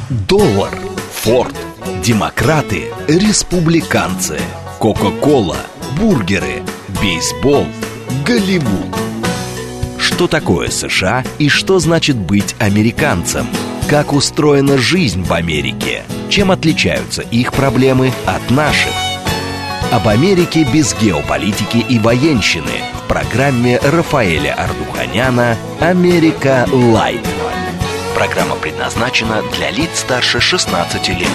Доллар, Форд, демократы, республиканцы, Кока-кола, бургеры, бейсбол, Голливуд. Что такое США и что значит быть американцем? Как устроена жизнь в Америке? Чем отличаются их проблемы от наших? Об Америке без геополитики и военщины в программе Рафаэля Ардуханяна «Америка Лайт». Программа предназначена для лиц старше 16 лет.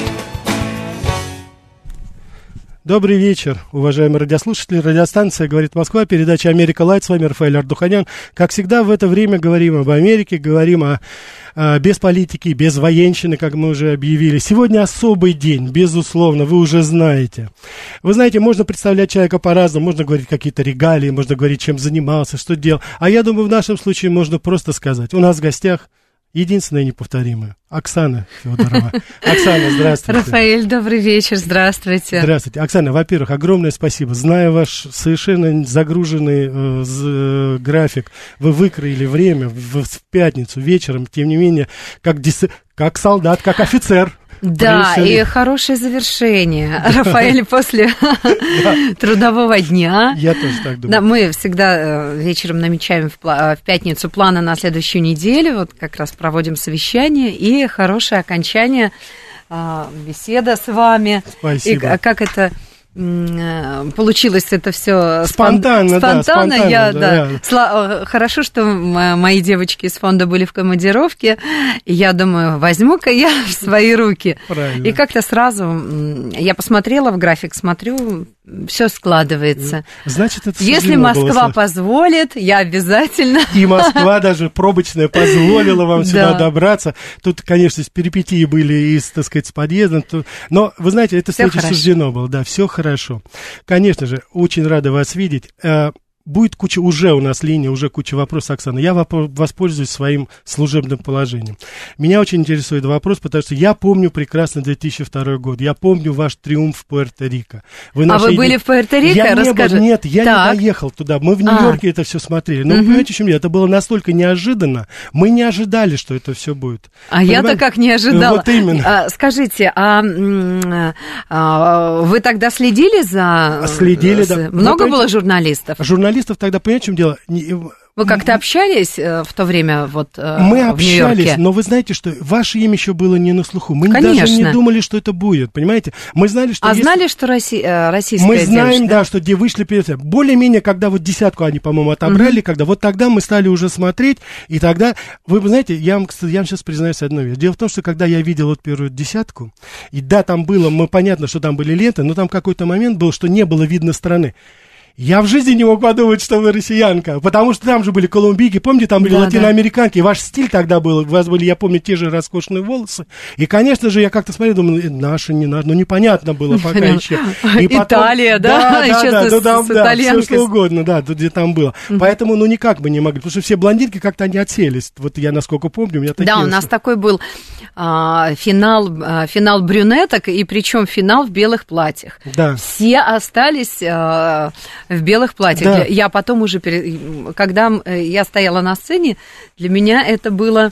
Добрый вечер, уважаемые радиослушатели. Радиостанция «Говорит Москва», передача «Америка Лайт». С вами Рафаэль Ардуханян. Как всегда, в это время говорим об Америке, говорим без политики, без военщины, как мы уже объявили. Сегодня особый день, безусловно, вы уже знаете. Вы знаете, можно представлять человека по-разному, можно говорить какие-то регалии, можно говорить, чем занимался, что делал. А я думаю, в нашем случае можно просто сказать. У нас в гостях единственная неповторимая Оксана Федорова. Оксана, здравствуйте. Рафаэль, добрый вечер, здравствуйте. Здравствуйте. Оксана, во-первых, огромное спасибо. Зная ваш совершенно загруженный график, вы выкроили время в пятницу вечером, тем не менее, как солдат, как офицер. Да, и хорошее завершение, Рафаэль, после трудового дня. Я тоже так думаю. Да, мы всегда вечером намечаем в пятницу планы на следующую неделю, вот как раз проводим совещание, и хорошее окончание беседа с вами. Спасибо. И как это... Получилось это все спонтанно. Хорошо, что мои девочки из фонда были в командировке, и я думаю, возьму-ка я в свои руки. Правильно. И как-то сразу я посмотрела в график, смотрю, все складывается. Значит, это если Москва позволит, я обязательно. И Москва даже пробочная позволила вам сюда добраться. Тут, конечно, перипетии были с подъездом. Но, вы знаете, это встреча суждено было. Да, все хорошо. Конечно же, очень рада вас видеть. Будет куча, уже у нас линия, уже куча вопросов, Оксана. Я воспользуюсь своим служебным положением. Меня очень интересует вопрос, потому что я помню прекрасно 2002 год. Я помню ваш триумф в Пуэрто-Рико. Вы были в Пуэрто-Рико? Нет, я не доехал туда. Мы в Нью-Йорке это все смотрели. Но вы понимаете, в чем дело? Это было настолько неожиданно. Мы не ожидали, что это все будет. Я-то как не ожидала. Вот именно. Скажите, вы тогда следили за... Следили, да. Много было журналистов? Журналистов тогда, понимаете, в чем дело? Вы как-то общались в то время вот мы в Нью-Йорке? общались, но вы знаете, что ваше имя еще было не на слуху. Мы Конечно. даже не думали, что это будет, понимаете? Мы знали, что знали, что российская мы знаем, девушка? да, что где вышли перед... Более-менее, когда вот десятку они, по-моему, отобрали, когда вот тогда мы стали уже смотреть, и тогда, вы знаете, я вам сейчас признаюсь одну вещь. Дело в том, что когда я видел вот первую десятку, и да, там было, понятно, что там были ленты, но там какой-то момент был, что не было видно страны. Я в жизни не мог подумать, что вы россиянка, потому что там же были колумбийки, помните, там были латиноамериканки, и ваш стиль тогда был, у вас были, я помню, те же роскошные волосы, и, конечно же, я как-то смотрел, думал, наши, не наши, непонятно было пока еще. И потом, Италия, да? Да, все что угодно, да, где там было. Поэтому, никак бы не могли, потому что все блондинки как-то не отселись, вот я, насколько помню, у меня такие... Да, у нас такой был финал брюнеток, и причем финал в белых платьях. Да. Все остались... в белых платьях. Да. Я потом уже, когда я стояла на сцене, для меня это было...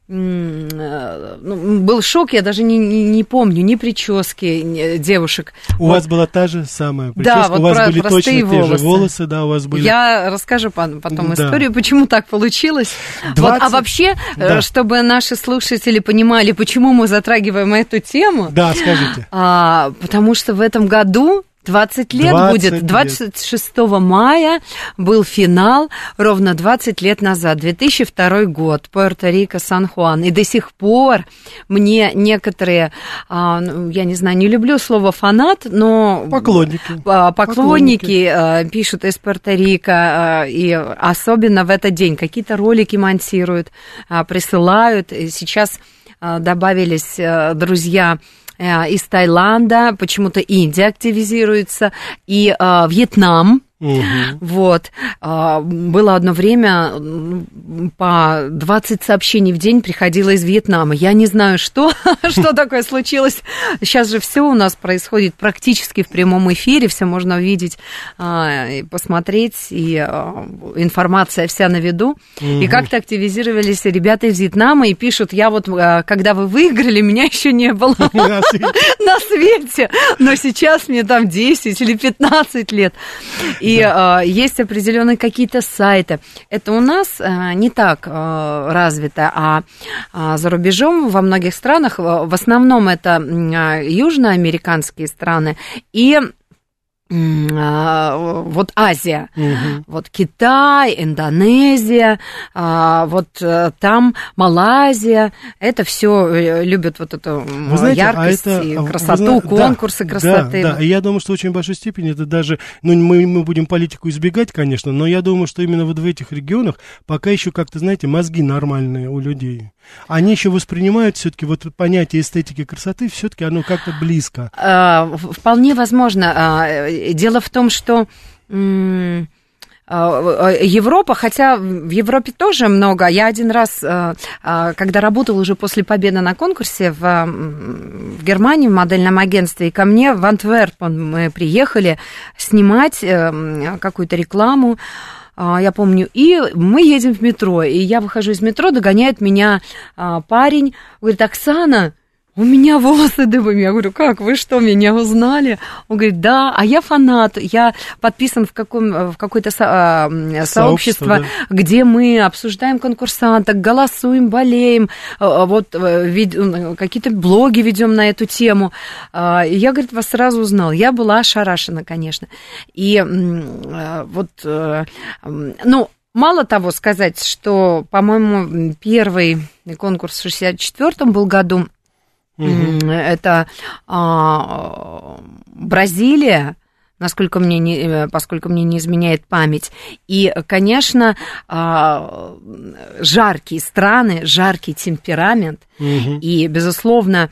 был шок, я даже не помню ни прически ни девушек. У вас была та же самая прическа, да, у вас были точно те же волосы, да, у вас были. Я расскажу потом историю, почему так получилось. 20... А вообще, чтобы наши слушатели понимали, почему мы затрагиваем эту тему. Да, скажите. Потому что в этом году 20 лет будет. 26 мая был финал, ровно 20 лет назад, 2002 год, Пуэрто-Рико, Сан-Хуан. И до сих пор мне некоторые, я не знаю, не люблю слово фанат, но... Поклонники пишут из Пуэрто-Рико, и особенно в этот день какие-то ролики монтируют, присылают. И сейчас добавились друзья из Таиланда, почему-то Индия активизируется, и Вьетнам Вот. Было одно время, по 20 сообщений в день приходило из Вьетнама. Я не знаю, что такое случилось. Сейчас же все у нас происходит практически в прямом эфире, все можно увидеть, посмотреть, и информация вся на виду. И как-то активизировались ребята из Вьетнама и пишут: я вот, когда вы выиграли, меня еще не было на свете, но сейчас мне там 10 или 15 лет. И есть определенные какие-то сайты. Это у нас не так развито, а за рубежом во многих странах, в основном это южноамериканские страны и вот Азия, вот Китай, Индонезия, вот там Малайзия, это все любят вот эту яркость и красоту, конкурсы красоты. Да, и я думаю, что в очень большой степени это даже, мы будем политику избегать, конечно, но я думаю, что именно вот в этих регионах пока еще как-то, знаете, мозги нормальные у людей. Они еще воспринимают все-таки вот понятие эстетики красоты, все-таки оно как-то близко. Вполне возможно. Дело в том, что Европа, хотя в Европе тоже много. Я один раз, когда работала уже после победы на конкурсе в Германии в модельном агентстве, и ко мне в Антверпен мы приехали снимать какую-то рекламу, я помню, и мы едем в метро, и я выхожу из метро, догоняет меня парень, говорит: Оксана, у меня волосы дыбом. Я говорю: как, вы что, меня узнали? Он говорит: да, а я фанат, я подписан в какое-то сообщество, да, где мы обсуждаем конкурсанток, голосуем, болеем, вот какие-то блоги ведем на эту тему. Я, говорит, вас сразу узнал. Я была ошарашена, конечно. И вот, мало того сказать, что, по-моему, первый конкурс в 1964 был году. Это Бразилия, поскольку мне не изменяет память. И, конечно, жаркие страны, жаркий темперамент. И, безусловно,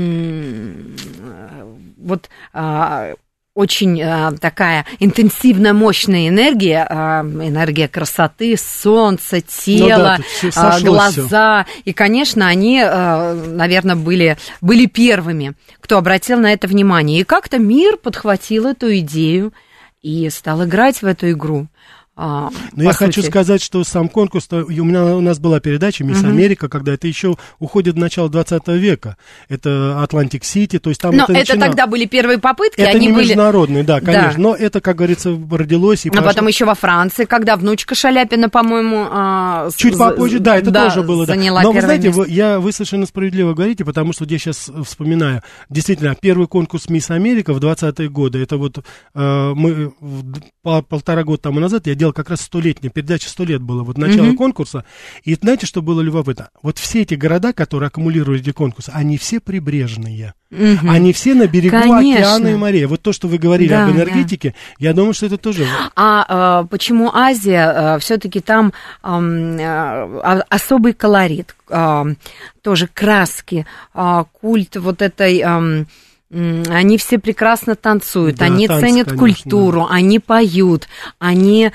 вот очень такая интенсивная, мощная энергия, энергия красоты, солнца, тела, глаза. И, конечно, они, наверное, были первыми, кто обратил на это внимание. И как-то мир подхватил эту идею и стал играть в эту игру. Но я хочу сказать, что сам конкурс, у нас была передача «Мисс Америка», когда это еще уходит в начало 20 века. Это Атлантик-Сити, то есть там... Но это тогда были первые попытки, это они не были... международные, да, конечно. Да. Но это, как говорится, родилось и пошло. Потом еще во Франции, когда внучка Шаляпина, по-моему... Чуть попозже, да, это тоже было. Заняла Но вы знаете, место. вы совершенно справедливо говорите, потому что я сейчас вспоминаю. Действительно, первый конкурс «Мисс Америка» в 20-е годы, это вот мы полтора года тому назад я делал как раз 100-летняя передача, 100 лет было, вот начало конкурса. И знаете, что было любопытно? Вот все эти города, которые аккумулировали эти конкурсы, они все прибрежные. Они все на берегу океана и моря. Вот то, что вы говорили об энергетике, я думаю, что это тоже... Почему Азия? Все-таки там особый колорит, тоже краски, культ вот этой... Они все прекрасно танцуют, да, они ценят, конечно, культуру, да. Они поют, они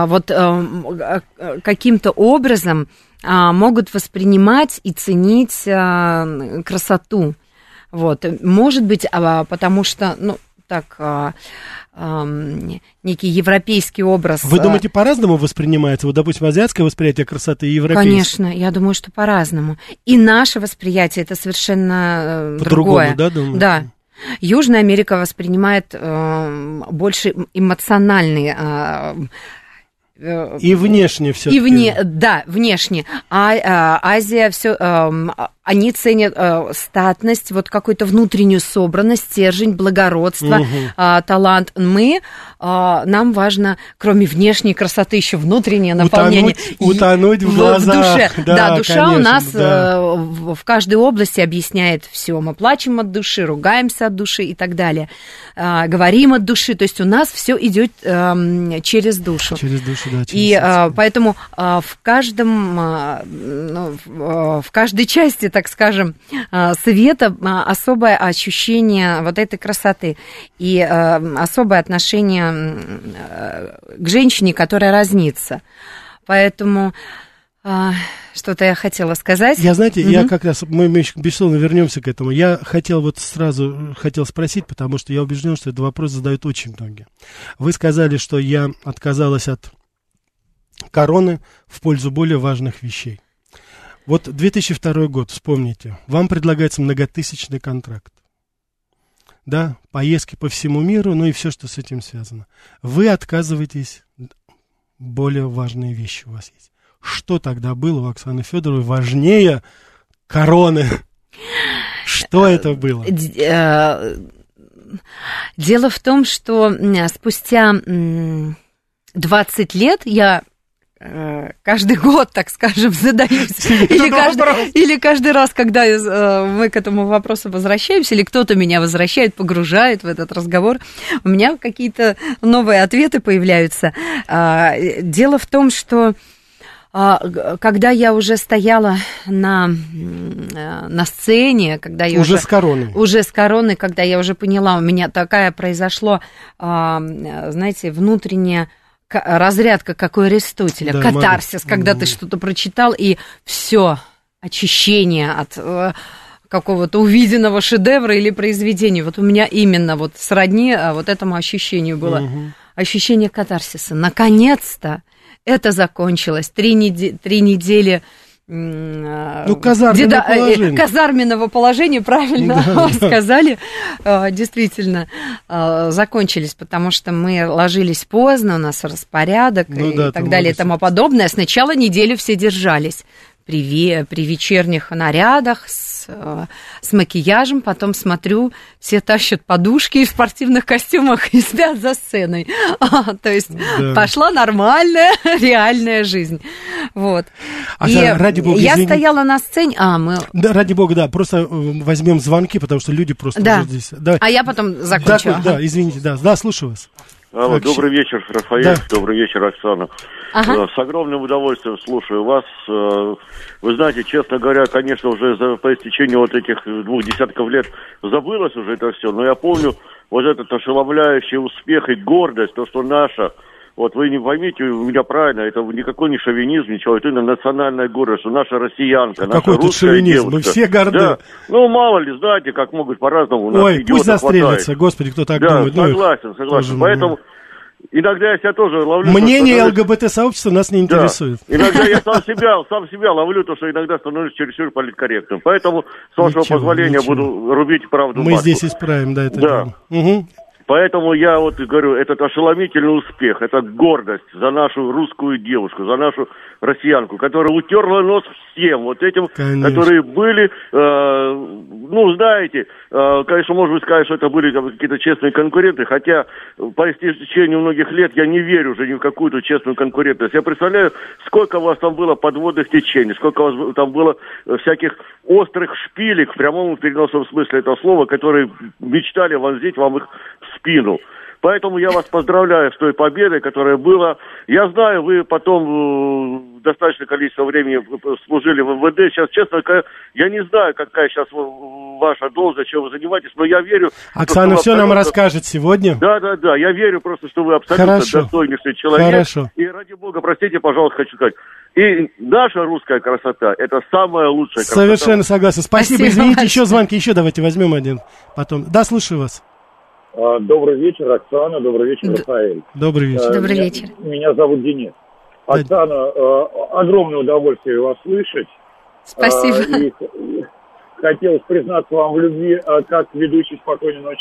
каким-то образом могут воспринимать и ценить красоту. Вот. Может быть, потому что, некий европейский образ. Вы думаете, по-разному воспринимается? Вот, допустим, азиатское восприятие красоты и европейское? Конечно, я думаю, что по-разному. И наше восприятие это совершенно другое. По-другому, да, думаете? Да. Южная Америка воспринимает больше эмоциональные... И внешне все-таки. Внешне. А Азия все... Они ценят статность, вот какую-то внутреннюю собранность, стержень, благородство, талант. Нам важно, кроме внешней красоты, еще внутреннее наполнение. Утонуть в глазах. В душе. Да, душа, конечно, у нас в каждой области объясняет все. Мы плачем от души, ругаемся от души и так далее. Говорим от души. То есть у нас все идет через душу. Через душу. да. И поэтому в каждой части, так скажем, света особое ощущение вот этой красоты и особое отношение к женщине, которая разнится. Поэтому что-то я хотела сказать. Я как раз, мы еще, безусловно, вернемся к этому. Я сразу хотел спросить, потому что я убежден, что этот вопрос задают очень многие. Вы сказали, что я отказалась от короны в пользу более важных вещей. Вот 2002 год, вспомните, вам предлагается многотысячный контракт. Да, поездки по всему миру, ну и все, что с этим связано. Вы отказываетесь, более важные вещи у вас есть. Что тогда было у Оксаны Федоровой важнее короны? Что это было? Дело в том, что спустя 20 лет я каждый год, так скажем, задаюсь, или каждый раз, когда мы к этому вопросу возвращаемся, или кто-то меня возвращает, погружает в этот разговор, у меня какие-то новые ответы появляются. Дело в том, что когда я уже стояла на сцене, когда я уже с короной, когда я уже поняла, у меня такая произошла, знаете, внутренняя разрядка, как у Аристотеля, да, катарсис, когда ты что-то прочитал, и все, очищение от какого-то увиденного шедевра или произведения. Вот у меня именно вот сродни вот этому ощущению было. Ощущение катарсиса. Наконец-то это закончилось. 3 недели... казарменного положения, правильно сказали, действительно закончились, потому что мы ложились поздно, у нас распорядок и так далее и тому подобное. Сначала неделю все держались при вечерних нарядах, с макияжем, потом смотрю, все тащат подушки в спортивных костюмах и спят за сценой. То есть пошла нормальная, реальная жизнь. Вот. Ради бога, я стояла на сцене... Да, ради бога, да, просто возьмем звонки, потому что люди просто уже здесь... Да. А я потом закончу. Да, извините, да, слушаю вас. Алло, добрый вечер, Рафаэль, добрый вечер, Оксана. С огромным удовольствием слушаю вас. Вы знаете, честно говоря, конечно, уже по истечению вот этих 2 десятков лет забылось уже это все, но я помню вот этот ошеломляющий успех и гордость, то, что наша, вот вы не поймите меня правильно, это никакой не шовинизм, ничего, это именно национальная гордость, что наша россиянка, наша какой русская шовинизм? девушка. Мы все горды. Да. Ну, мало ли, знаете, как могут по-разному. Ой, пусть застрелятся, господи, кто так думает. Согласен. Поэтому... Иногда я себя тоже ловлю... Мнение ЛГБТ-сообщества нас не интересует. Иногда я сам себя ловлю, то, что иногда становлюсь чересчур политкорректным. Поэтому, с вашего позволения, буду рубить правду матку. Мы здесь исправим, это дело. Поэтому я вот говорю, этот ошеломительный успех, это гордость за нашу русскую девушку, за нашу россиянку, которая утерла нос всем вот этим, которые были, знаете, конечно, может быть, сказать, что это были какие-то честные конкуренты, хотя по истечению многих лет я не верю уже ни в какую-то честную конкурентность. Я представляю, сколько у вас там было подводных течений, сколько у вас там было всяких острых шпилек, в прямом и переносном смысле этого слова, которые мечтали вонзить вам их в спину. Поэтому я вас поздравляю с той победой, которая была. Я знаю, вы потом достаточное количество времени служили в МВД. Сейчас, честно говоря, я не знаю, какая сейчас ваша должность, чем вы занимаетесь, но я верю... Оксана все нам расскажет сегодня. Да, я верю просто, что вы абсолютно достойнейший человек. Хорошо. И ради бога, простите, пожалуйста, хочу сказать, и наша русская красота – это самая лучшая красота. Совершенно согласен. Спасибо. Извините, еще звонки, давайте возьмем один потом. Да, слушаю вас. Добрый вечер, Оксана. Добрый вечер, Рафаэль. Добрый вечер. Добрый вечер. Меня зовут Денис. Оксана, огромное удовольствие вас слышать. Спасибо. И хотелось признаться вам в любви, как ведущий «Спокойной ночи,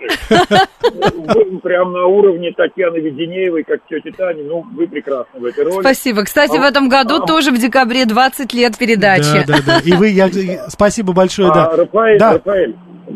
малыши». Прям на уровне Татьяны Веденеевой, как тети Тани. Вы прекрасны в этой роли. Спасибо. Кстати, в этом году тоже в декабре 20 лет передачи. Да. И вы, спасибо большое, да. Рафаэль,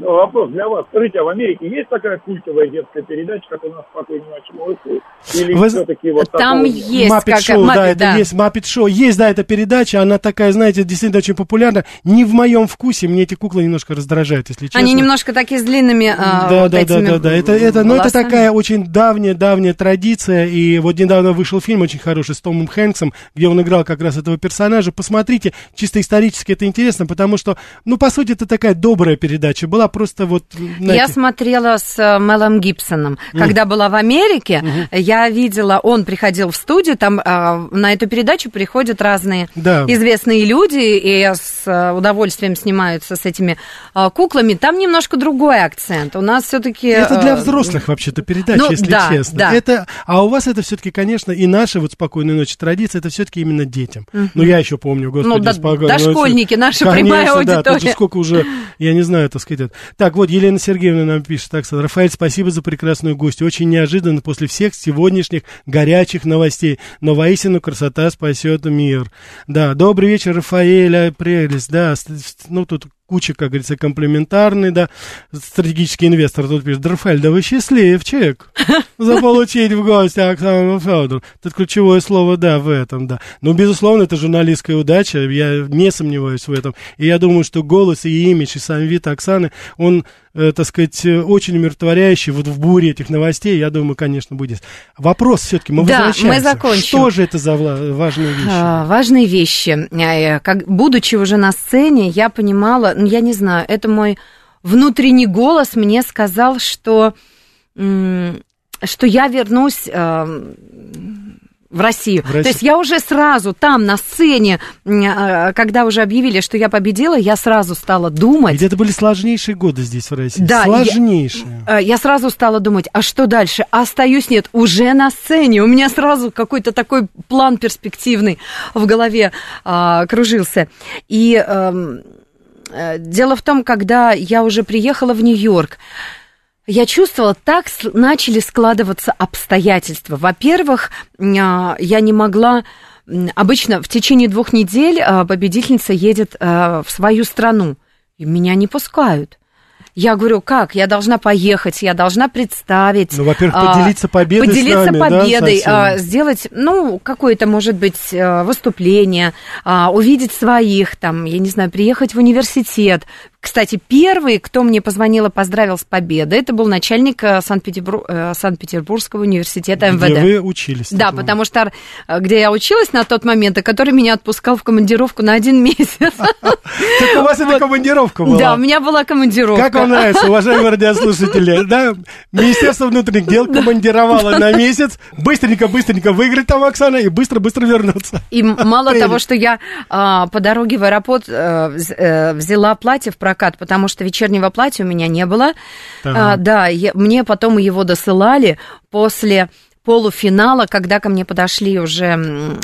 вопрос для вас. Скажите, а в Америке есть такая культовая детская передача, как у нас «Спокойной ночи, малыши»? Или все-таки вот там есть Muppet Show, да, это есть Muppet Show. Есть, да, эта передача, она такая, знаете, действительно очень популярна. Не в моем вкусе, мне эти куклы немножко раздражают, если честно. Они немножко такие с длинными это такая очень давняя традиция, и вот недавно вышел фильм очень хороший с Томом Хэнксом, где он играл как раз этого персонажа. Посмотрите, чисто исторически это интересно, потому что, ну, по сути, это такая добрая передача, была просто вот... Знаете... Я смотрела с Мелом Гибсоном, когда была в Америке, я видела, он приходил в студию, там на эту передачу приходят разные известные люди, и с удовольствием снимаются с этими куклами, там немножко другой акцент, у нас все-таки... Это для взрослых вообще-то передача, если честно. Да. А у вас это все-таки, конечно, и наша вот «Спокойной ночи» традиция, это все-таки именно детям. Ну, я еще помню, господи, дошкольники, наша конечно, прямая аудитория. Да, тут же сколько уже, я не знаю, так сказать. Так, вот, Елена Сергеевна нам пишет, Оксана: Рафаэль, спасибо за прекрасную гостью. Очень неожиданно после всех сегодняшних горячих новостей. Но воистину красота спасет мир. Да, добрый вечер, Рафаэль, прелесть, да, ну, тут куча, как говорится, комплиментарный, да, стратегический инвестор тут пишет: Рафаэль, да вы счастливчик заполучить в гости Оксану Федоровну. Тут ключевое слово, да, в этом, да. Но, безусловно, это журналистская удача, я не сомневаюсь в этом. И я думаю, что голос и имидж, и сам вид Оксаны, он, так сказать, очень умиротворяющий вот в буре этих новостей, я думаю, конечно, будет. Вопрос все-таки, мы возвращаемся. Мы закончим. Что же это за важные вещи? Важные вещи. Будучи уже на сцене, я понимала, я не знаю, это мой внутренний голос мне сказал, что я вернусь в Россию. То есть я уже сразу там, на сцене, когда уже объявили, что я победила, я сразу стала думать. Ведь это были сложнейшие годы здесь, в России. Да, сложнейшие. Я сразу стала думать, а что дальше? Остаюсь, нет, уже на сцене. У меня сразу какой-то такой план перспективный в голове кружился. И дело в том, когда я уже приехала в Нью-Йорк, я чувствовала, так начали складываться обстоятельства. Во-первых, я не могла... Обычно в течение 2 недель победительница едет в свою страну, и меня не пускают. Я говорю, как? Я должна поехать, я должна представить. Ну, во-первых, поделиться победой поделиться с нами, победой, да, сделать, ну, какое-то, может быть, выступление, увидеть своих, там, я не знаю, приехать в университет. Кстати, первый, кто мне позвонил и поздравил с победой, это был начальник Санкт-Петербургского университета МВД. Где вы учились? Да, потому что где я училась на тот момент, и который меня отпускал в командировку на 1 месяц. Так у вас эта командировка была? Да, у меня была командировка. Как вам нравится, уважаемые радиослушатели? Да, Министерство внутренних дел командировало на месяц. Быстренько выиграть там, Оксана, и быстро-быстро вернуться. И мало того, что я по дороге в аэропорт взяла платье в прокат, потому что вечернего платья у меня не было. Да, мне потом его досылали после полуфинала, когда ко мне подошли уже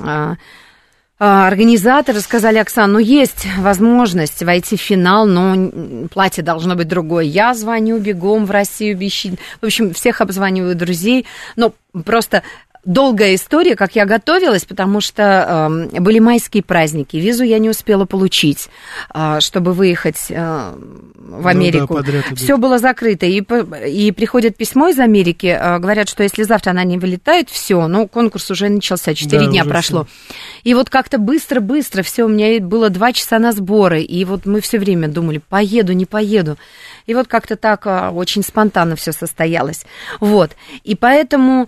организаторы, сказали: Оксана, ну есть возможность войти в финал, но платье должно быть другое. Я звоню бегом в Россию, в общем, всех обзваниваю друзей, но просто... Долгая история, как я готовилась, потому что были майские праздники. Визу я не успела получить, чтобы выехать в Америку. Ну, да, все было закрыто. И приходит письмо из Америки, говорят, что если завтра она не вылетает, все, ну, конкурс уже начался, 4 дня прошло. Всё. И вот как-то быстро, все, у меня было 2 часа на сборы, и вот мы все время думали, поеду, не поеду. И вот как-то так очень спонтанно все состоялось. Вот. И поэтому...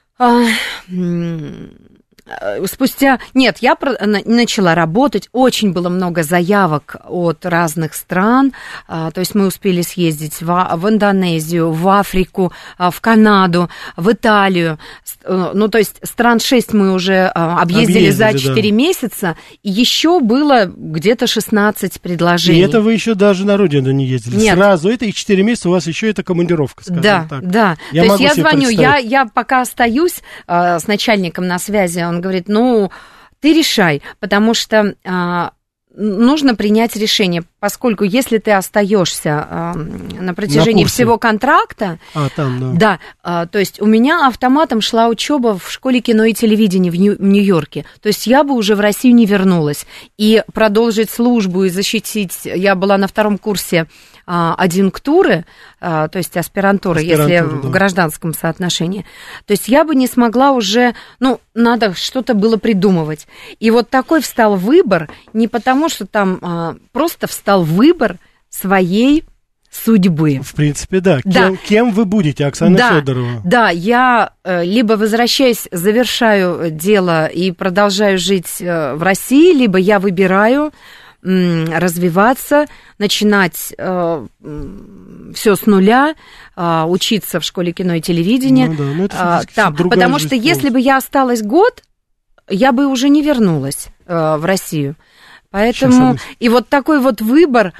Нет, я начала работать, очень было много заявок от разных стран, то есть мы успели съездить в Индонезию, в Африку, в Канаду, в Италию, ну, то есть стран 6 мы уже объездили за 4 месяца, и еще было где-то 16 предложений. И это вы еще даже на родину не ездили? Нет. Сразу это и 4 месяца у вас еще это командировка, скажем так. Да, то есть я звоню, я пока остаюсь с начальником на связи, он говорит, ну, ты решай, потому что нужно принять решение, поскольку если ты остаешься на протяжении всего контракта, то есть у меня автоматом шла учеба в школе кино и телевидения в Нью-Йорке, то есть я бы уже в Россию не вернулась, и продолжить службу и защитить, я была на 2-м курсе адъюнктуры, то есть аспирантуры, если в гражданском соотношении, то есть я бы не смогла уже, надо что-то было придумывать. И вот такой встал выбор, не потому что там просто встал выбор своей судьбы. В принципе, да. Кем вы будете, Оксана Федорова? Да, я либо возвращаюсь, завершаю дело и продолжаю жить в России, либо я выбираю развиваться, начинать все с нуля, учиться в школе кино и телевидения. Потому что если бы я осталась год, я бы уже не вернулась в Россию. Поэтому и вот такой вот выбор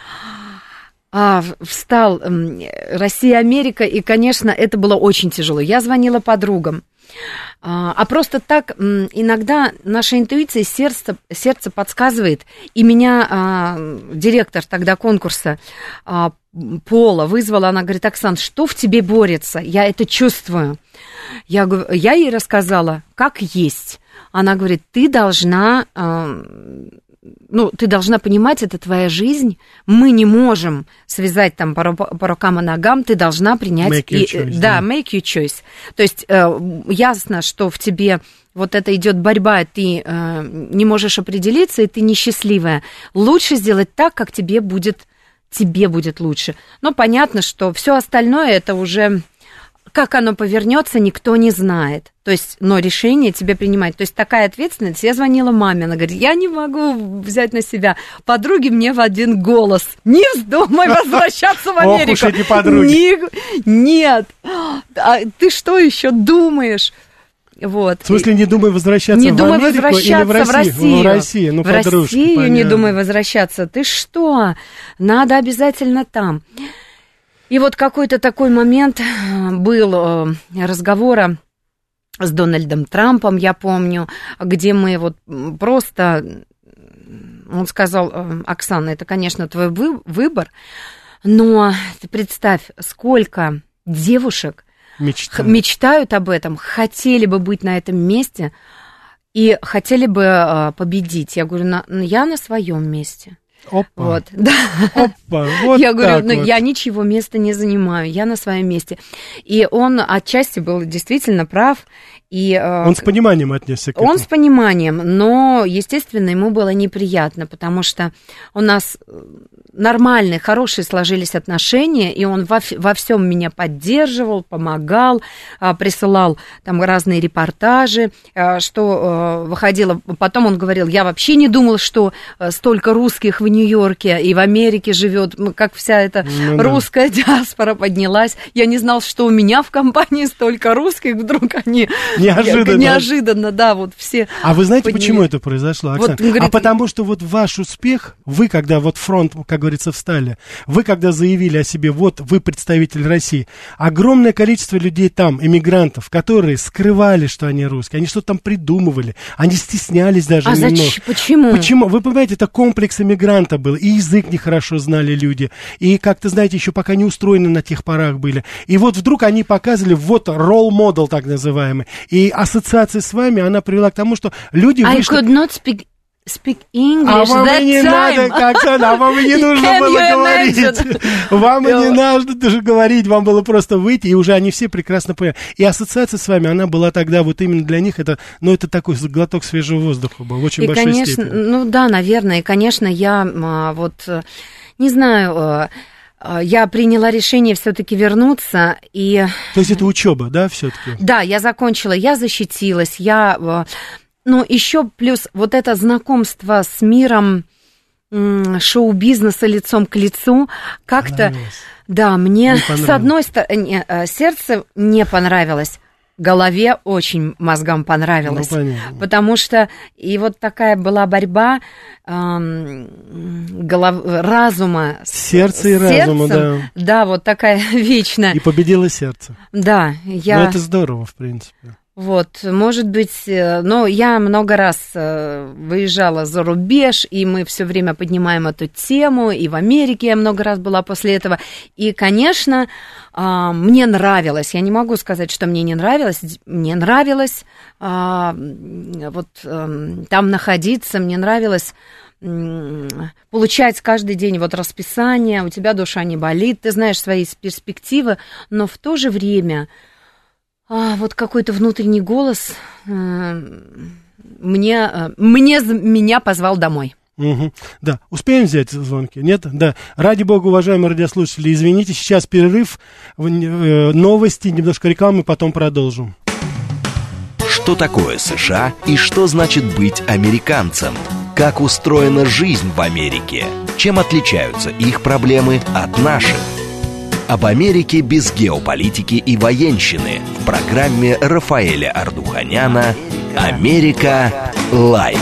встал Россия-Америка, и, конечно, это было очень тяжело. Я звонила подругам. А просто так иногда наша интуиция, сердце подсказывает. И меня директор тогда конкурса Пола вызвала, она говорит: Оксан, что в тебе борется? Я это чувствую. Я ей рассказала, как есть. Она говорит: ты должна понимать, это твоя жизнь, мы не можем связать там по рукам и ногам, ты должна принять... Make your choice. То есть ясно, что в тебе вот это идет борьба, ты не можешь определиться, и ты несчастливая. Лучше сделать так, как тебе будет лучше. Но понятно, что все остальное это уже... Как оно повернется, никто не знает. То есть, но решение тебе принимать. То есть, такая ответственность. Я звонила маме, она говорит: я не могу взять на себя. Подруги мне в один голос: не вздумай возвращаться в Америку. Ох уж эти подруги. Нет. Ты что еще думаешь? Вот. В смысле, не думай возвращаться в Америку или в Россию? В Россию, подружки, понятно. Не думай возвращаться. Ты что? Надо обязательно там. И вот какой-то такой момент был разговора с Дональдом Трампом, я помню, где мы вот просто... Он сказал: Оксана, это, конечно, твой выбор, но ты представь, сколько девушек мечтают об этом, хотели бы быть на этом месте и хотели бы победить. Я говорю: я на своем месте. Опа. Вот, да. Опа, вот я говорю, я ничего места не занимаю, я на своем месте. И он отчасти был действительно прав. И, он с пониманием отнесся к этому. Он с пониманием, но, естественно, ему было неприятно, потому что у нас нормальные, хорошие сложились отношения, и он во всем меня поддерживал, помогал, присылал там разные репортажи, что выходило. Потом он говорил: я вообще не думал, что столько русских в Нью-Йорке и в Америке живет, как вся эта русская диаспора поднялась. Я не знал, что у меня в компании столько русских, вдруг они... Неожиданно, да, вот все. А вы знаете, почему это произошло, Оксана? Вот, говорит, потому что вот ваш успех, вы когда вот фронт, как говорится, встали, вы когда заявили о себе, вот вы представитель России, огромное количество людей там, эмигрантов, которые скрывали, что они русские, они что-то там придумывали, они стеснялись даже немного. Почему? Вы понимаете, это комплекс эмигранта был, и язык нехорошо знали люди, и как-то, знаете, еще пока не устроены на тех порах были. И вот вдруг они показывали, вот role model так называемый. И ассоциация с вами, она привела к тому, что люди вышли... I could not speak English а вам и не надо, Оксана, а вам и не нужно было говорить. Вам и не надо даже говорить, вам было просто выйти, и уже они все прекрасно поняли. И ассоциация с вами, она была тогда вот именно для них, это такой глоток свежего воздуха был, в очень большой степени. Ну да, наверное, и, конечно, я вот, не знаю... Я приняла решение все-таки вернуться и... То есть это учеба, да, все-таки? Да, я закончила, я защитилась, ну, еще плюс вот это знакомство с миром шоу-бизнеса лицом к лицу, как-то... Да, мне с одной стороны сердце не понравилось, голове очень, мозгам понравилось, потому что и вот такая была борьба разума сердца и разума, да. Да, вот такая вечная. И победило сердце. Да, Но это здорово, в принципе. Вот, может быть, но я много раз выезжала за рубеж, и мы все время поднимаем эту тему, и в Америке я много раз была после этого. И, конечно, мне нравилось, я не могу сказать, что мне не нравилось, мне нравилось вот там находиться, мне нравилось получать каждый день вот расписание, у тебя душа не болит, ты знаешь свои перспективы, но в то же время вот какой-то внутренний голос меня позвал домой. Угу. Да, успеем взять звонки? Нет? Да. Ради бога, уважаемые радиослушатели, извините, сейчас перерыв, новости, немножко рекламы, потом продолжим. Что такое США и что значит быть американцем? Как устроена жизнь в Америке? Чем отличаются их проблемы от наших? Об Америке без геополитики и военщины в программе Рафаэля Ардуханяна «Америка Лайт».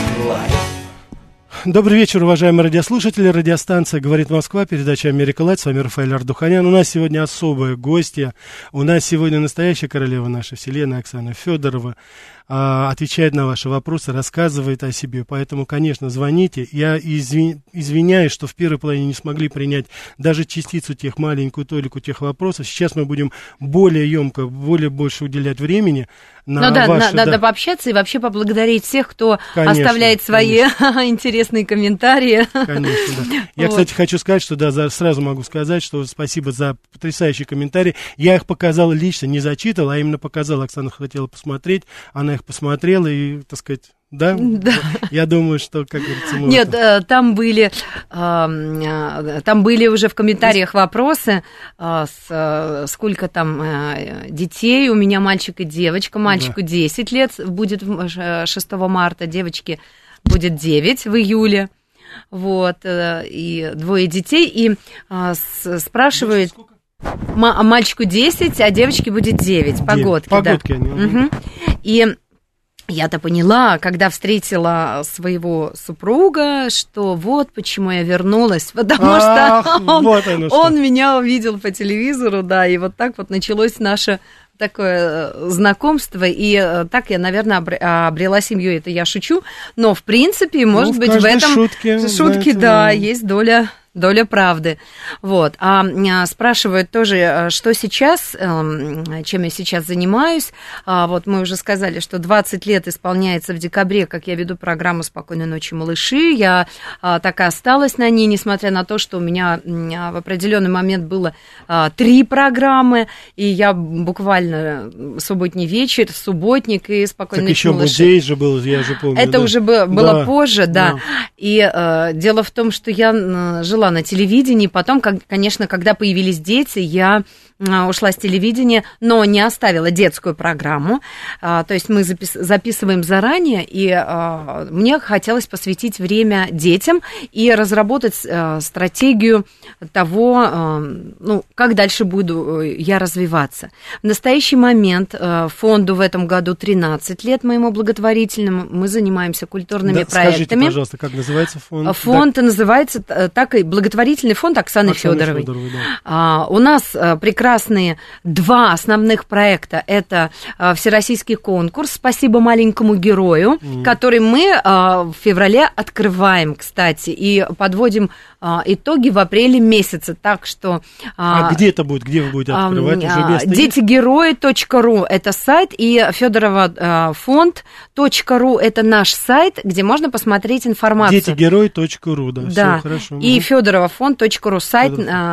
Добрый вечер, уважаемые радиослушатели. Радиостанция «Говорит Москва», передача «Америка Лайт». С вами Рафаэль Ардуханян. У нас сегодня особая гостья. У нас сегодня настоящая королева нашей вселенной Оксана Федорова. Отвечает на ваши вопросы, рассказывает о себе. Поэтому, конечно, звоните. Я извиняюсь, что в первой половине не смогли принять даже частицу тех, маленькую толику тех вопросов. Сейчас мы будем более емко, больше уделять времени на ваши... Надо пообщаться и вообще поблагодарить всех, кто оставляет свои интересные комментарии. Конечно, да. Я, кстати, хочу сказать, что сразу могу сказать, что спасибо за потрясающие комментарии. Я их показал лично, не зачитал, а именно показал. Оксана хотела посмотреть, она их посмотрела и, так сказать, да? Я думаю, что, как говорится, можно. Нет, там были уже в комментариях вопросы, сколько там детей, у меня мальчик и девочка, мальчику 10 лет, будет 6 марта, девочке будет 9 в июле, вот, и 2 детей, и спрашивают... Мальчику 10, а девочке будет 9, погодки. Погодки, да. Угу. И я-то поняла, когда встретила своего супруга, что вот почему я вернулась, потому что он меня увидел по телевизору, да, и вот так вот началось наше такое знакомство, и так я, наверное, обрела семью, это я шучу, но, в принципе, может быть, в этом шутке, да, есть доля правды. Вот. Спрашивают тоже, что сейчас, чем я сейчас занимаюсь. Вот мы уже сказали, что 20 лет исполняется в декабре, как я веду программу «Спокойной ночи, малыши». Я так и осталась на ней, несмотря на то, что у меня в определенный момент было 3 программы, и я буквально субботний вечер, субботник и «Спокойной ночи, малыши». Так еще «Музей» же был, я же помню. Это уже было позже, да. И дело в том, что я жила на телевидении, потом, конечно, когда появились дети, я ушла с телевидения, но не оставила детскую программу, то есть мы записываем заранее, и мне хотелось посвятить время детям и разработать стратегию того, как дальше буду я развиваться. В настоящий момент фонду в этом году 13 лет, моему благотворительному, мы занимаемся культурными проектами. Скажите, пожалуйста, как называется фонд? Фонд называется так и благотворительный фонд Оксаны Федоровой. Да. У нас прекрасные 2 основных проекта. Это всероссийский конкурс «Спасибо маленькому герою», который мы в феврале открываем, кстати, и подводим итоги в апреле месяце. Так что... где это будет? Где вы будете открывать? Уже место Детигерои.ру – это сайт, и Федорова фонд.ру – это наш сайт, где можно посмотреть информацию. Детигерои.ру, да. Все хорошо. И Федоровафонд.ру сайт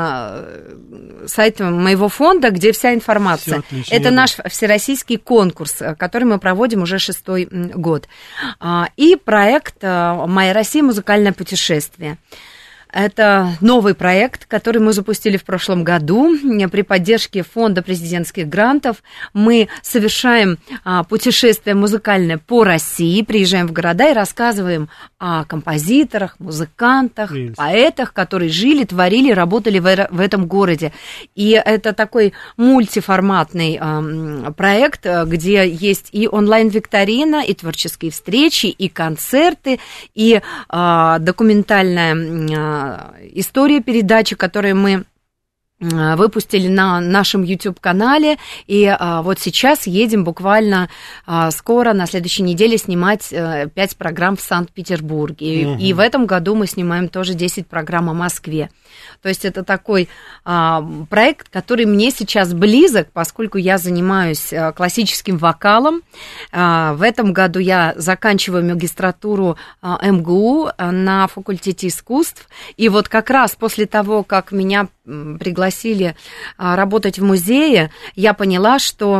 моего фонда, где вся информация. Это наш всероссийский конкурс, который мы проводим уже 6-й год. И проект «Моя Россия. Музыкальное путешествие». Это новый проект, который мы запустили в прошлом году. При поддержке фонда президентских грантов мы совершаем путешествие музыкальное по России, приезжаем в города и рассказываем о композиторах, музыкантах, поэтах, которые жили, творили, работали в этом городе. И это такой мультиформатный проект, где есть и онлайн-викторина, и творческие встречи, и концерты, и документальная история передачи, которую мы выпустили на нашем YouTube-канале, и вот сейчас едем буквально скоро, на следующей неделе, снимать 5 программ в Санкт-Петербурге. И в этом году мы снимаем тоже 10 программ о Москве. То есть это такой проект, который мне сейчас близок, поскольку я занимаюсь классическим вокалом. В этом году я заканчиваю магистратуру МГУ на факультете искусств. И вот как раз после того, как меня пригласили работать в музее, я поняла, что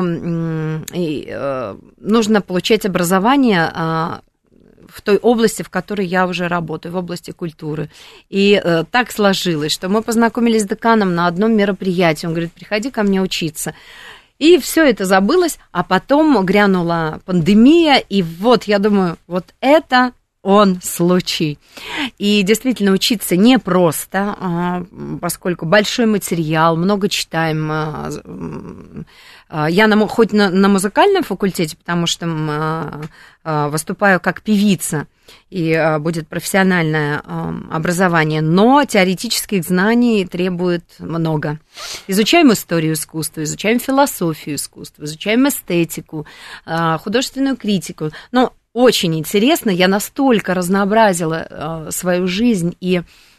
нужно получать образование в той области, в которой я уже работаю, в области культуры. И так сложилось, что мы познакомились с деканом на одном мероприятии. Он говорит, приходи ко мне учиться. И все это забылось, а потом грянула пандемия, и вот я думаю, вот это он случай. И действительно учиться непросто, поскольку большой материал, много читаем. Я хоть на музыкальном факультете, потому что выступаю как певица, и будет профессиональное образование, но теоретических знаний требует много. Изучаем историю искусства, изучаем философию искусства, изучаем эстетику, художественную критику. Но очень интересно, я настолько разнообразила свою жизнь и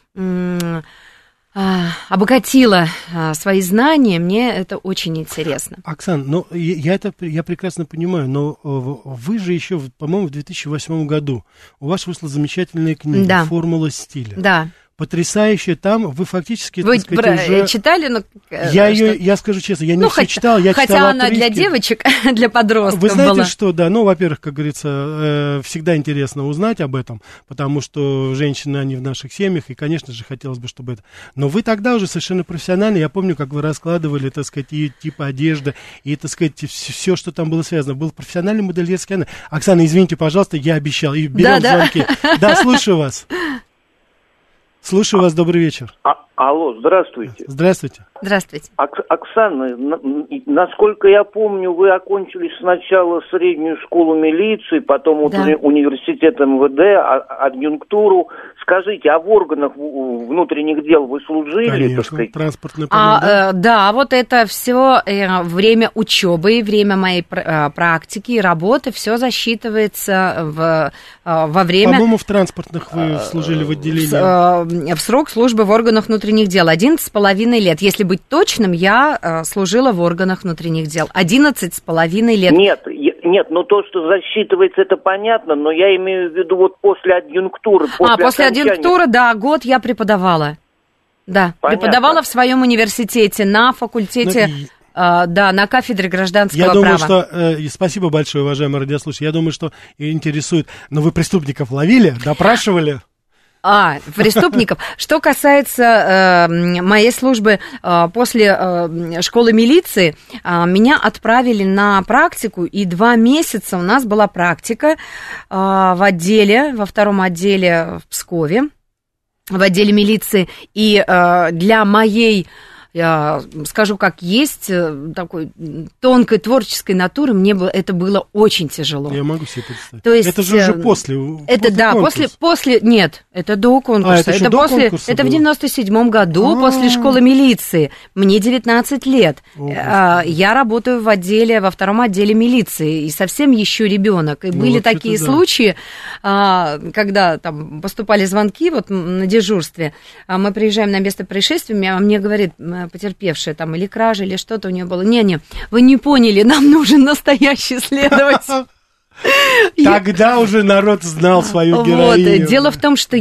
обогатила свои знания, мне это очень интересно. Оксана, ну, я прекрасно понимаю, но вы же еще, по-моему, в 2008 году, у вас вышла замечательная книга, да, «Формула стиля». Да. Потрясающая там, вы фактически... Вы уже... читали? Ну, я скажу честно, я не все читал, я хотя читал она для девочек, для подростков Вы знаете, была. что, да, ну, во-первых, как говорится, всегда интересно узнать об этом, потому что женщины, они в наших семьях, и, конечно же, хотелось бы, чтобы это... Но вы тогда уже совершенно профессионально, я помню, как вы раскладывали, так сказать, и типа одежды, и, так сказать, все, что там было связано. Был профессиональный модельерский анализ. Оксана, извините, пожалуйста, я обещал, и берем звонки. Да, слушаю вас. Слушаю вас, добрый вечер. Алло, здравствуйте. Здравствуйте. Здравствуйте. Оксана, насколько я помню, вы окончили сначала среднюю школу милиции, потом университет МВД, адъюнктуру. Скажите, а в органах внутренних дел вы служили? Конечно, так сказать? Транспортная полиция. Да, вот это все время учебы, время моей практики и работы, все засчитывается во время... По-моему, в транспортных вы служили в отделении. В срок службы в органах внутренних дел 11,5 лет. Если быть точным, я служила в органах внутренних дел 11,5 лет. Нет, ну то, что засчитывается, это понятно, но я имею в виду вот после адъюнктуры. После адъюнктуры, да, год я преподавала. Да, понятно. Преподавала в своем университете на факультете... Да, на кафедре гражданского права. Я думаю, что... спасибо большое, уважаемый радиослушатель. Я думаю, что интересует... Но вы преступников ловили, допрашивали? Преступников. Что касается моей службы после школы милиции, меня отправили на практику, и 2 месяца у нас была практика во втором отделе в Пскове, в отделе милиции, и для моей... Я скажу, как есть, такой тонкой творческой натуры, мне это было очень тяжело. Я могу себе представить. То есть, это же уже после после, нет, это до конкурса. Это до конкурса это было? В 97-м году, после школы милиции. Мне 19 лет. Я работаю в отделе, во втором отделе милиции, и совсем еще ребенок. И были такие случаи, когда там поступали звонки вот на дежурстве, мы приезжаем на место происшествия, мне говорит потерпевшая там или кража, или что-то у нее было. Не, вы не поняли, нам нужен настоящий следователь. Тогда уже народ знал свою героиню. Вот, дело в том, что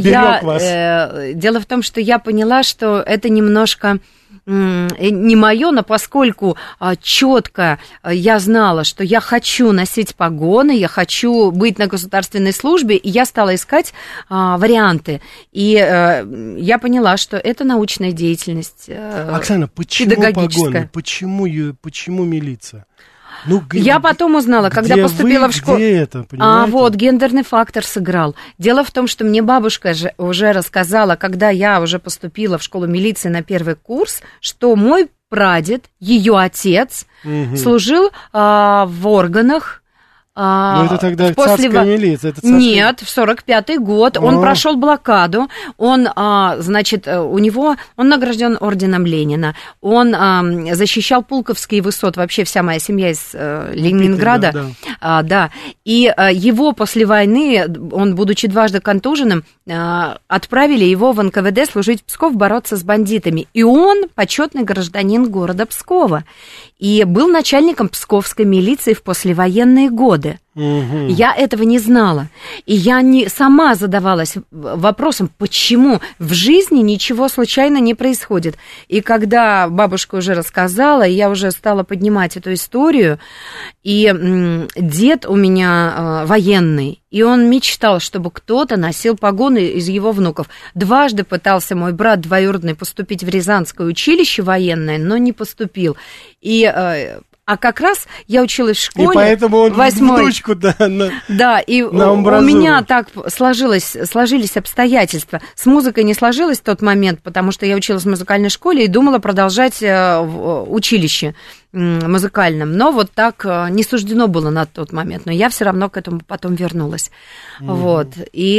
я поняла, что это немножко не мое, но поскольку четко я знала, что я хочу носить погоны, я хочу быть на государственной службе, и я стала искать варианты. И я поняла, что это научная деятельность. Оксана, почему погоны? Почему милиция? Я потом узнала, когда поступила в школу. Где это, понимаете? Вот, гендерный фактор сыграл. Дело в том, что мне бабушка же уже рассказала, когда я уже поступила в школу милиции на первый курс, что мой прадед, ее отец, служил в органах Ну, это тогда царская милиция. Это царская... Нет, в 45-й год он прошел блокаду, он, значит, он награжден орденом Ленина, он защищал Пулковские высоты, вообще вся моя семья из Ленинграда, да, и его после войны, он, будучи дважды контуженным, отправили его в НКВД служить в Псков, бороться с бандитами, и он почетный гражданин города Пскова, и был начальником псковской милиции в послевоенные годы. Угу. Я этого не знала. И я сама задавалась вопросом, почему в жизни ничего случайно не происходит. И когда бабушка уже рассказала, я уже стала поднимать эту историю, и дед у меня военный, и он мечтал, чтобы кто-то носил погоны из его внуков. Дважды пытался мой брат двоюродный поступить в Рязанское училище военное, но не поступил. А как раз я училась в школе. И поэтому он внучку, да, и у меня так сложились обстоятельства. С музыкой не сложилось в тот момент, потому что я училась в музыкальной школе и думала продолжать в училище музыкальном. Но вот так не суждено было на тот момент. Но я все равно к этому потом вернулась. Вот. И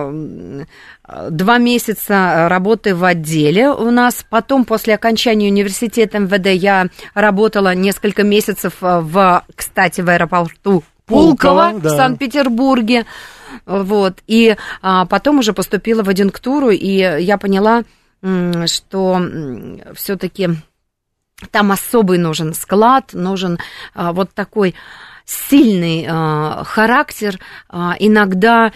2 месяца работы в отделе у нас. Потом, после окончания университета МВД, я работала несколько месяцев, кстати, в аэропорту Пулково в Санкт-Петербурге. Вот. И потом уже поступила в адъюнктуру, и я поняла, что все-таки там особый нужен склад, нужен вот такой сильный характер. Иногда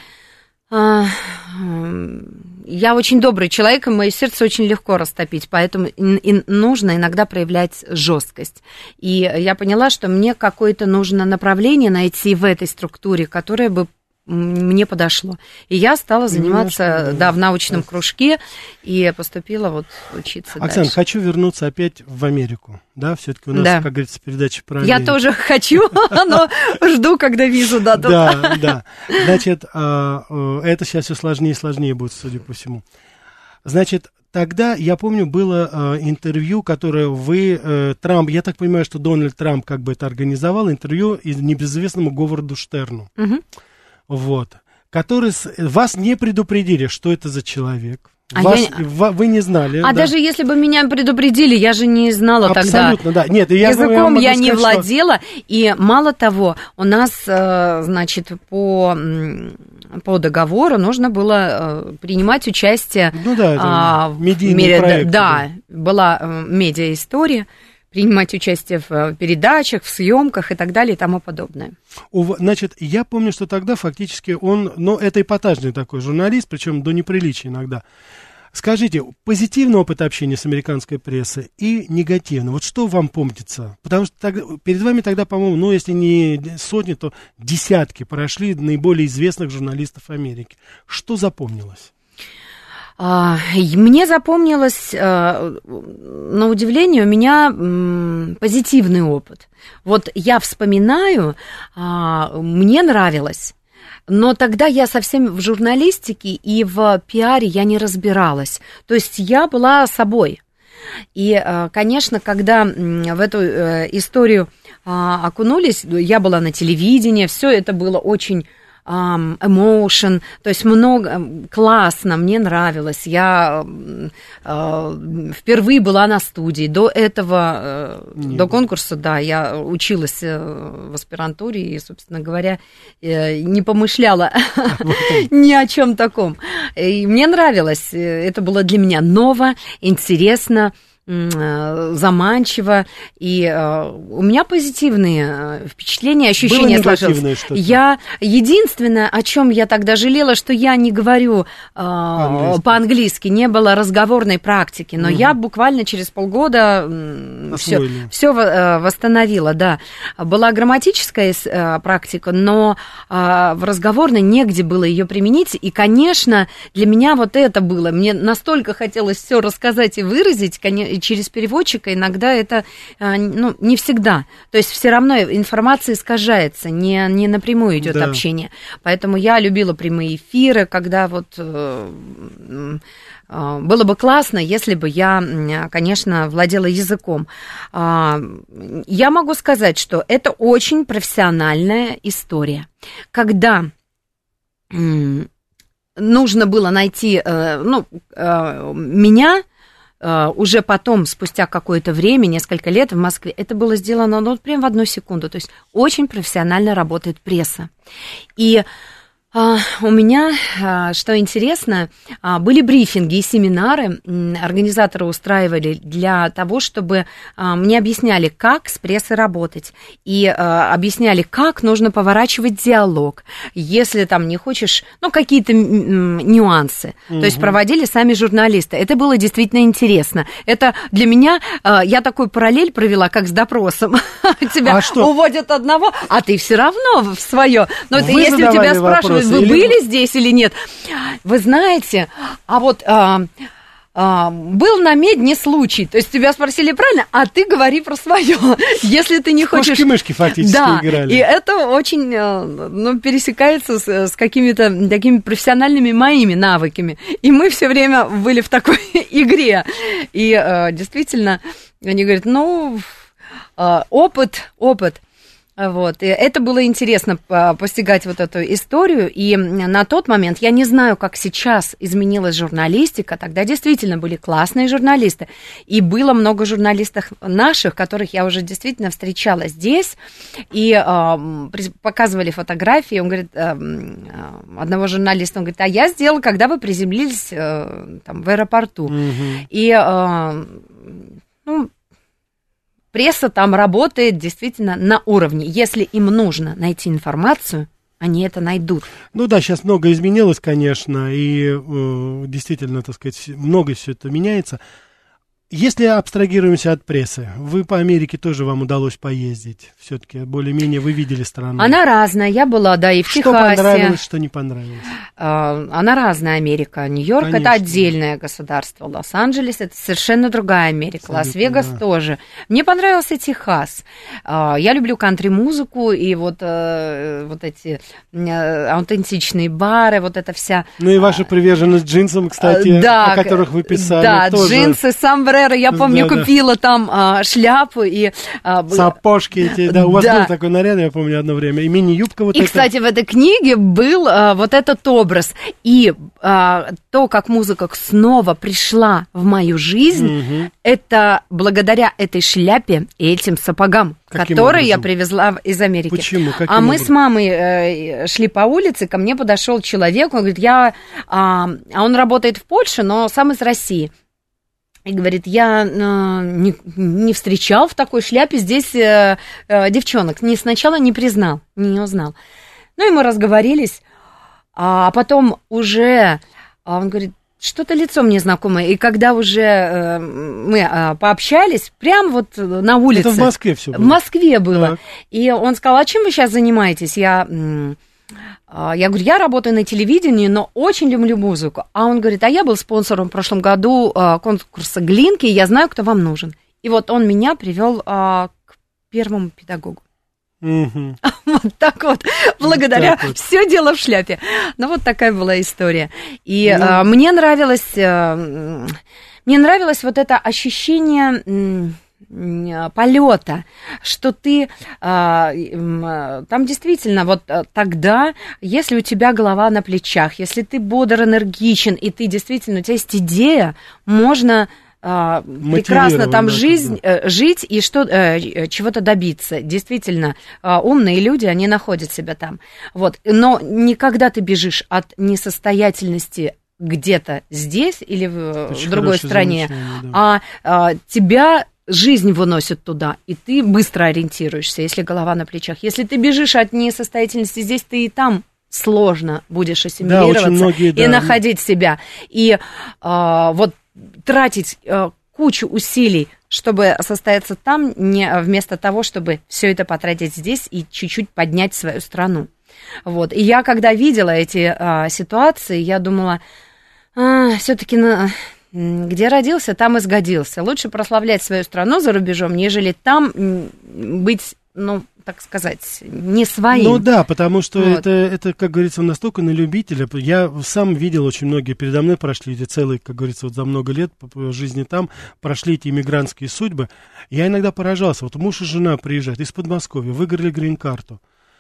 я очень добрый человек, и мое сердце очень легко растопить, поэтому нужно иногда проявлять жесткость. И я поняла, что мне какое-то нужно направление найти в этой структуре, которое бы мне подошло. И я стала заниматься, в научном кружке и поступила вот учиться Оксана, дальше. хочу вернуться опять в Америку. Да, все-таки у нас, как говорится, передача про Америку. Я тоже хочу, но жду, когда визу дадут. Да. Значит, это сейчас все сложнее и сложнее будет, судя по всему. Значит, тогда, я помню, было интервью, которое Трамп, я так понимаю, что Дональд Трамп как бы это организовал, интервью небезызвестному Говарду Штерну. Вот, который вас не предупредили, что это за человек. Вы не знали. Даже если бы меня предупредили, я же не знала тогда. Абсолютно, да. Нет, языком я не владела. И мало того, у нас, значит, по договору нужно было принимать участие в медийном проекте. Да, была медиа-история. Принимать участие в передачах, в съемках и так далее и тому подобное. Значит, я помню, что тогда фактически это эпатажный такой журналист, причем до неприличия иногда. Скажите, позитивный опыт общения с американской прессой и негативный, вот что вам помнится? Потому что перед вами тогда, по-моему, если не сотни, то десятки прошли наиболее известных журналистов Америки. Что запомнилось? Мне запомнилось, на удивление, у меня позитивный опыт. Вот я вспоминаю, мне нравилось, но тогда я совсем в журналистике и в пиаре я не разбиралась. То есть я была собой. И, конечно, когда в эту историю окунулись, я была на телевидении, все это было очень... emotion, то есть классно, мне нравилось. Я впервые была на студии. До этого, до конкурса, я училась в аспирантуре и, собственно говоря, не помышляла ни о чем таком. И мне нравилось. Это было для меня ново, интересно, заманчиво, и у меня позитивные впечатления, ощущения сложилось. Я единственное, о чем я тогда жалела, что я не говорю по-английски, не было разговорной практики, но я буквально через полгода все восстановила, да. Была грамматическая практика, но в разговорной негде было ее применить, и, конечно, для меня вот это было, мне настолько хотелось все рассказать и выразить, через переводчика иногда это, ну, не всегда. То есть все равно информация искажается, не напрямую идет общение. Поэтому я любила прямые эфиры, когда вот было бы классно, если бы я, конечно, владела языком. Я могу сказать, что это очень профессиональная история. Когда нужно было найти, меня уже потом, спустя какое-то время, несколько лет в Москве, это было сделано, ну, прям в 1 секунду. То есть очень профессионально работает пресса. И у меня, что интересно, были брифинги и семинары, организаторы устраивали для того, чтобы мне объясняли, как с прессой работать, и объясняли, как нужно поворачивать диалог, если там не хочешь, ну, какие-то нюансы. То есть проводили сами журналисты. Это было действительно интересно. Это для меня, я такой параллель провела, как с допросом. Тебя уводят одного, а ты все равно в свое. Но если у тебя спрашивают, вы были здесь или нет? Вы знаете, а вот был на медне случай, то есть тебя спросили правильно, а ты говори про свое, если ты не хочешь... Кошки-мышки фактически играли. И это очень, пересекается с какими-то такими профессиональными моими навыками. И мы все время были в такой игре. И действительно, они говорят, опыт. Вот. И это было интересно постигать вот эту историю, и на тот момент, я не знаю, как сейчас изменилась журналистика, тогда действительно были классные журналисты, и было много журналистов наших, которых я уже действительно встречала здесь, и показывали фотографии, он говорит, одного журналиста, он говорит, а я сделал, когда вы приземлились там, в аэропорту, и, пресса там работает действительно на уровне. Если им нужно найти информацию, они это найдут. Ну да, сейчас много изменилось, конечно, и действительно, так сказать, много все это меняется. Если абстрагируемся от прессы, вы по Америке тоже вам удалось поездить. Все-таки более-менее вы видели страну. Она разная. Я была, да, и в Техасе. Что понравилось, что не понравилось? Она разная, Америка. Нью-Йорк, конечно, это отдельное государство. Лос-Анджелес — это совершенно другая Америка. Лас-Вегас тоже. Мне понравился Техас. Я люблю кантри-музыку и вот эти аутентичные бары, вот эта вся... Ну и ваша приверженность джинсам, кстати, да, о которых вы писали. Да, тоже. Джинсы, самбреро. Я помню, купила там шляпу и... Сапожки эти, да, у вас был такой наряд, я помню, одно время, и мини-юбка вот эта. И, кстати, в этой книге был вот этот образ, и то, как музыка снова пришла в мою жизнь, это благодаря этой шляпе и этим сапогам, которые я привезла из Америки. Почему? Мы с мамой шли по улице, ко мне подошел человек, он говорит, он работает в Польше, но сам из России. И говорит, я не встречал в такой шляпе здесь девчонок. Сначала не признал, не узнал. Ну, и мы разговорились, а потом уже он говорит, что-то лицо мне знакомое. И когда уже мы пообщались, прям вот на улице. Это в Москве все было? В Москве было. Так. И он сказал, а чем вы сейчас занимаетесь? Я говорю, я работаю на телевидении, но очень люблю музыку. А он говорит, а я был спонсором в прошлом году конкурса Глинки, и я знаю, кто вам нужен. И вот он меня привел к первому педагогу. Вот так вот, благодаря все дело в шляпе. Ну, вот такая была история. И мне нравилось вот это ощущение... полета, что ты там действительно вот тогда, если у тебя голова на плечах, если ты бодр, энергичен, и ты действительно, у тебя есть идея, можно прекрасно там жить и чего-то добиться. Действительно, умные люди, они находят себя там. Вот. Но никогда ты бежишь от несостоятельности где-то здесь или в другой стране, да. Тебя жизнь выносит туда, и ты быстро ориентируешься, если голова на плечах. Если ты бежишь от несостоятельности здесь, ты и там сложно будешь ассимилироваться и находить себя. И вот тратить кучу усилий, чтобы состояться там, вместо того, чтобы все это потратить здесь и чуть-чуть поднять свою страну. Вот. И я, когда видела эти ситуации, я думала, все-таки где родился, там и сгодился. Лучше прославлять свою страну за рубежом, нежели там быть, так сказать, не своим. Ну да, потому что вот. это, как говорится, настолько на любителя. Я сам видел, очень многие передо мной прошли эти целые, как говорится, вот за много лет по жизни там, прошли эти иммигрантские судьбы. Я иногда поражался. Вот муж и жена приезжают из Подмосковья, выиграли грин-карту.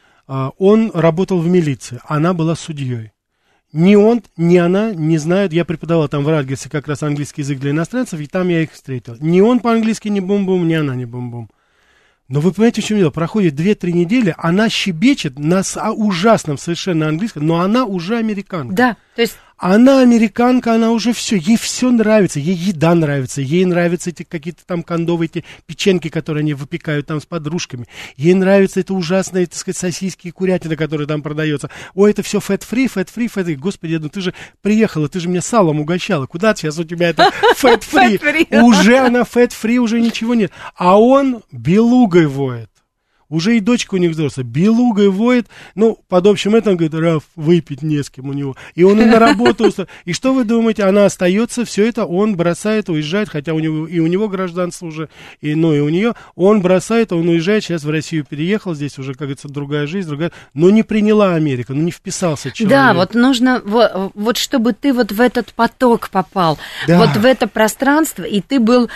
Он работал в милиции, она была судьей. Ни он, ни она не знают. Я преподавал там в Радгерсе как раз английский язык для иностранцев, и там я их встретил. Ни он по-английски не бум-бум, ни она не бум-бум. Но вы понимаете, в чем дело? Проходит 2-3 недели, она щебечет на ужасном совершенно английском, но она уже американка. Да, то есть... Она американка, она уже все, ей все нравится, ей еда нравится, ей нравятся эти какие-то там кондовые эти печеньки, которые они выпекают там с подружками, ей нравится это ужасное, так сказать, сосиски и курятина, которая там продается. Ой, это все fat-free. Господи, ну ты же приехала, ты же меня салом угощала, куда сейчас у тебя это fat-free? Уже она fat-free, уже ничего нет. А он белугой воет. Уже и дочка у них взрослая, белугой воет, под общим это, он говорит, Раф, выпить не с кем у него. И он и на работу, и что вы думаете, она остается, все это он бросает, уезжает, хотя у него гражданство уже, и у нее, он бросает, он уезжает, сейчас в Россию переехал, здесь уже, как говорится, другая жизнь, но не приняла Америка, не вписался человек. Да, вот нужно, вот чтобы ты вот в этот поток попал, да. Вот в это пространство, и ты был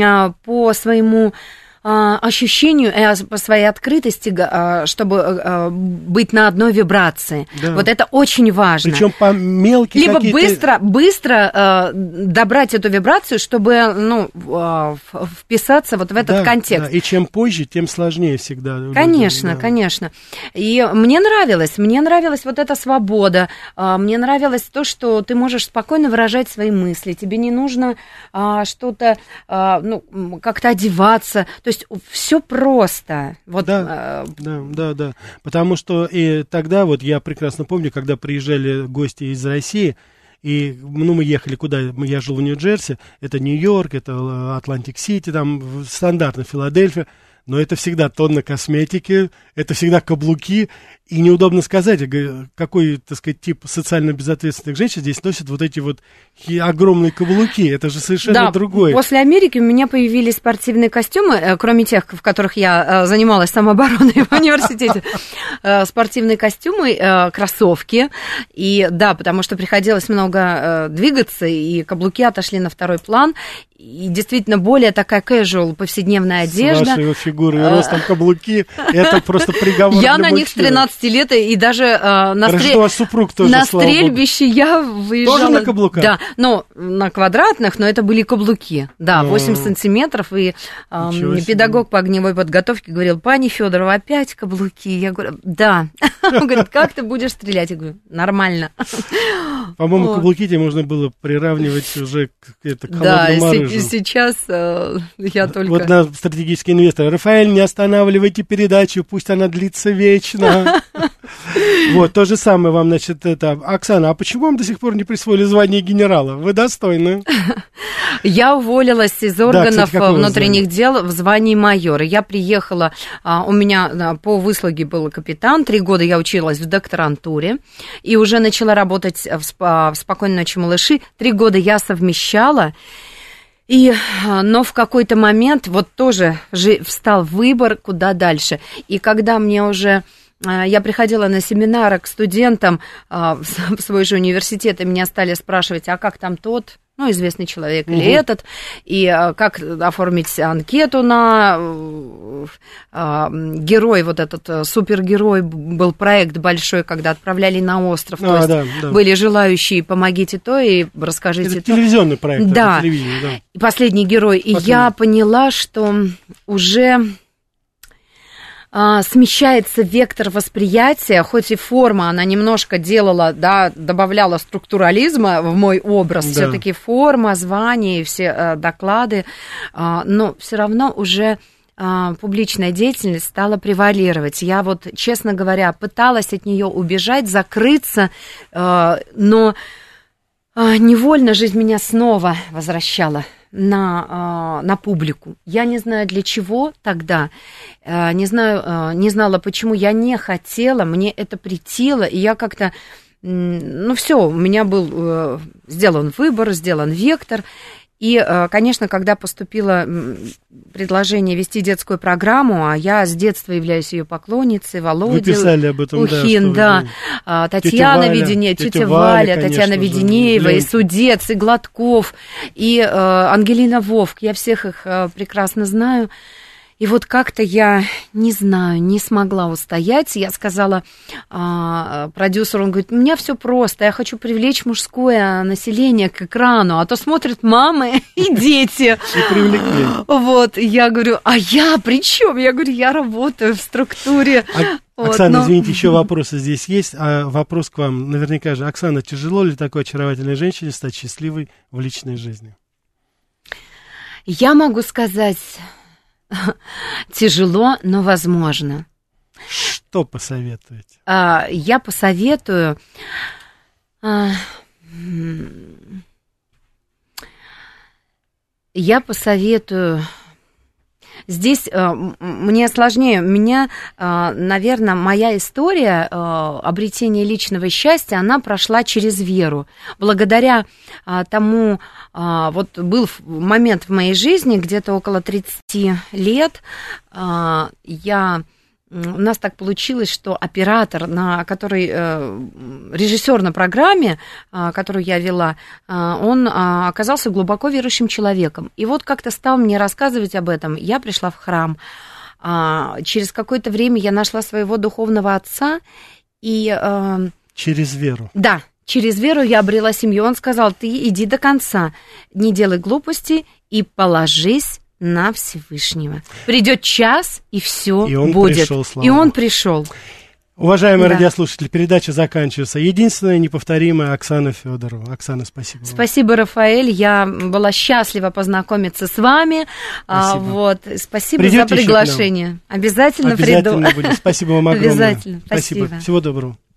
по своему... ощущению, по своей открытости, чтобы быть на одной вибрации. Да. Вот это очень важно. Причем по мелким либо быстро добрать эту вибрацию, чтобы вписаться вот в этот контекст. Да. И чем позже, тем сложнее всегда. Конечно, конечно. И мне нравилась вот эта свобода, мне нравилось то, что ты можешь спокойно выражать свои мысли, тебе не нужно что-то, как-то одеваться. То есть все просто. Вот, да. Потому что и тогда, вот я прекрасно помню, когда приезжали гости из России, и мы ехали куда? Я жил в Нью-Джерси, это Нью-Йорк, это Атлантик-Сити, там стандартно Филадельфия, но это всегда тонна косметики, это всегда каблуки, и неудобно сказать, какой, так сказать, тип социально безответственных женщин здесь носит вот эти вот огромные каблуки, это же совершенно другое. После Америки у меня появились спортивные костюмы, кроме тех, в которых я занималась самообороной в университете, спортивные костюмы, кроссовки, и да, потому что приходилось много двигаться, и каблуки отошли на второй план, и действительно более такая casual, повседневная одежда. С вашей фигурой и ростом каблуки, это просто приговор я на них с 13 лет, и даже на стрельбище я выезжала. Тоже на каблуках? Да, на квадратных, но это были каблуки. Да, 8 сантиметров, и педагог по огневой подготовке говорил, пани Федорова, опять каблуки? Я говорю, да. Он говорит, как ты будешь стрелять? Я говорю, нормально. По-моему, каблуки тебе можно было приравнивать уже к холодному оружию. И сейчас я только... Вот наш стратегический инвестор. Рафаэль, не останавливайте передачу, пусть она длится вечно. Вот, то же самое вам, значит, Оксана, а почему вам до сих пор не присвоили звание генерала? Вы достойны. Я уволилась из органов внутренних дел в звании майора. Я приехала, у меня по выслуге был капитан, 3 года я училась в докторантуре, и уже начала работать в «Спокойной ночи, малыши». 3 года я совмещала. Но в какой-то момент вот тоже встал выбор, куда дальше. И когда мне уже... Я приходила на семинары к студентам в свой же университет, и меня стали спрашивать, а как там тот, известный человек или этот, и как оформить анкету на герой, вот этот супергерой, был проект большой, когда отправляли на остров, то есть были желающие, помогите то и расскажите это то. Телевизионный проект, да. Да. Последний герой, и я поняла, что уже... смещается вектор восприятия, хоть и форма, она немножко делала, добавляла структурализма в мой образ, да. Все-таки форма, звание, все доклады, но все равно уже публичная деятельность стала превалировать. Я вот, честно говоря, пыталась от нее убежать, закрыться, но невольно жизнь меня снова возвращала на публику. Я не знаю для чего тогда, не знала почему, я не хотела, мне это претило, и я как-то ну, все, у меня был сделан выбор, сделан вектор. И, конечно, когда поступило предложение вести детскую программу, а я с детства являюсь ее поклонницей, Володя Вы писали об этом, Ухин, да, Татьяна Веденеева, тетя Валя, Татьяна Веденеева, и Судец, и Гладков, и Ангелина Вовк, я всех их прекрасно знаю. И вот как-то я, не знаю, не смогла устоять. Я сказала продюсеру, он говорит, у меня все просто, я хочу привлечь мужское население к экрану, а то смотрят мамы и дети. И привлекли. Вот, я говорю, а я при чем? Я говорю, я работаю в структуре. Оксана, извините, еще вопросы здесь есть. Вопрос к вам наверняка же. Оксана, тяжело ли такой очаровательной женщине стать счастливой в личной жизни? Я могу сказать... Тяжело, но возможно. Что посоветуете? Я посоветую... Здесь мне сложнее. Меня, наверное, моя история обретения личного счастья, она прошла через веру. Благодаря тому, вот был момент в моей жизни, где-то около 30 лет, у нас так получилось, что оператор, режиссер на программе, которую я вела, он оказался глубоко верующим человеком. И вот как-то стал мне рассказывать об этом. Я пришла в храм. Через какое-то время я нашла своего духовного отца. И, через веру? Да, через веру я обрела семью. Он сказал, ты иди до конца, не делай глупости и положись на Всевышнего. Придет час, и все будет. И он пришел. Уважаемые радиослушатели, передача заканчивается. Единственная неповторимая Оксана Федорова. Оксана, спасибо. Спасибо, Рафаэль. Я была счастлива познакомиться с вами. Спасибо. Спасибо за приглашение. Обязательно приду. Спасибо вам огромное. Обязательно. Спасибо. Всего доброго.